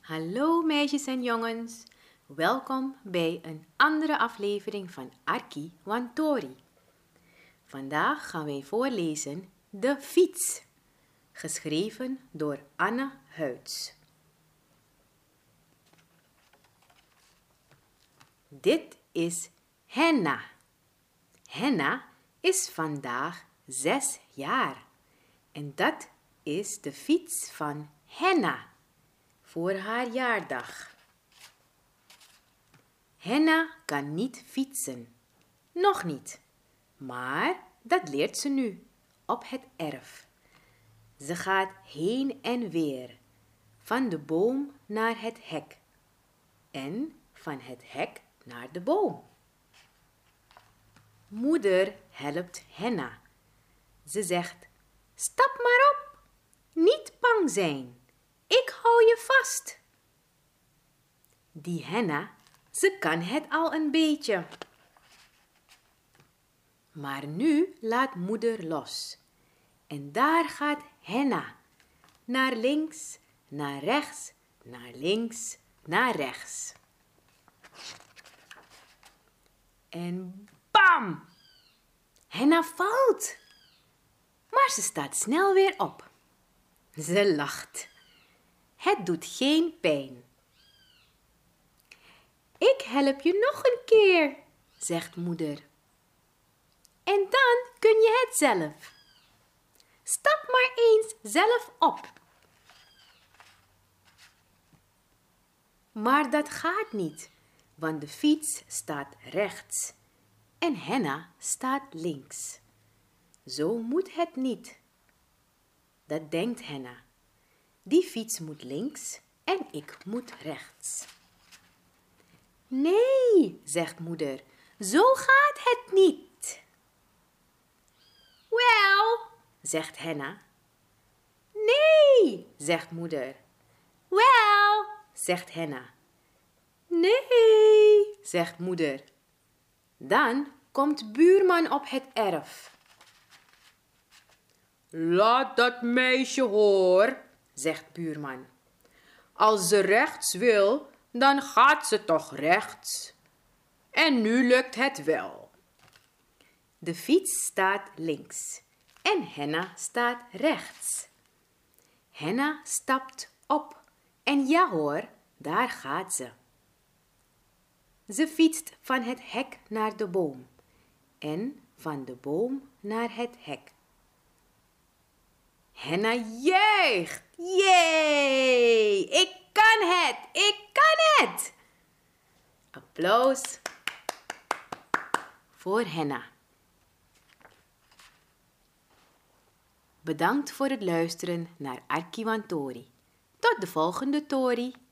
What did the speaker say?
Hallo meisjes en jongens, welkom bij een andere aflevering van Arki Wantori. Vandaag gaan wij voorlezen De Fiets, geschreven door Anne Huids. Dit is Henna. Henna is vandaag 6 jaar en dat is de fiets van Henna voor haar jaardag. Henna kan niet fietsen, nog niet, maar dat leert ze nu op het erf. Ze gaat heen en weer, van de boom naar het hek en van het hek naar de boom. Moeder helpt Henna. Ze zegt: stap maar op, niet bang zijn. Ik hou je vast. Die Henna, ze kan het al een beetje. Maar nu laat moeder los. En daar gaat Henna. Naar links, naar rechts, naar links, naar rechts. En bam! Henna valt. Maar ze staat snel weer op. Ze lacht. Het doet geen pijn. Ik help je nog een keer, zegt moeder. En dan kun je het zelf. Stap maar eens zelf op. Maar dat gaat niet, want de fiets staat rechts en Henna staat links. Zo moet het niet. Dat denkt Henna. Die fiets moet links en ik moet rechts. Nee, zegt moeder, zo gaat het niet. Wel, zegt Henna. Nee, zegt moeder. Wel, zegt Henna. Nee, zegt moeder. Dan komt buurman op het erf. Laat dat meisje hoor, zegt buurman. Als ze rechts wil, dan gaat ze toch rechts. En nu lukt het wel. De fiets staat links en Henna staat rechts. Henna stapt op en ja hoor, daar gaat ze. Ze fietst van het hek naar de boom en van de boom naar het hek. Henna juicht. Jee, ik kan het, ik kan het. Applaus voor Henna. Bedankt voor het luisteren naar Arki Wantori. Tot de volgende Tori.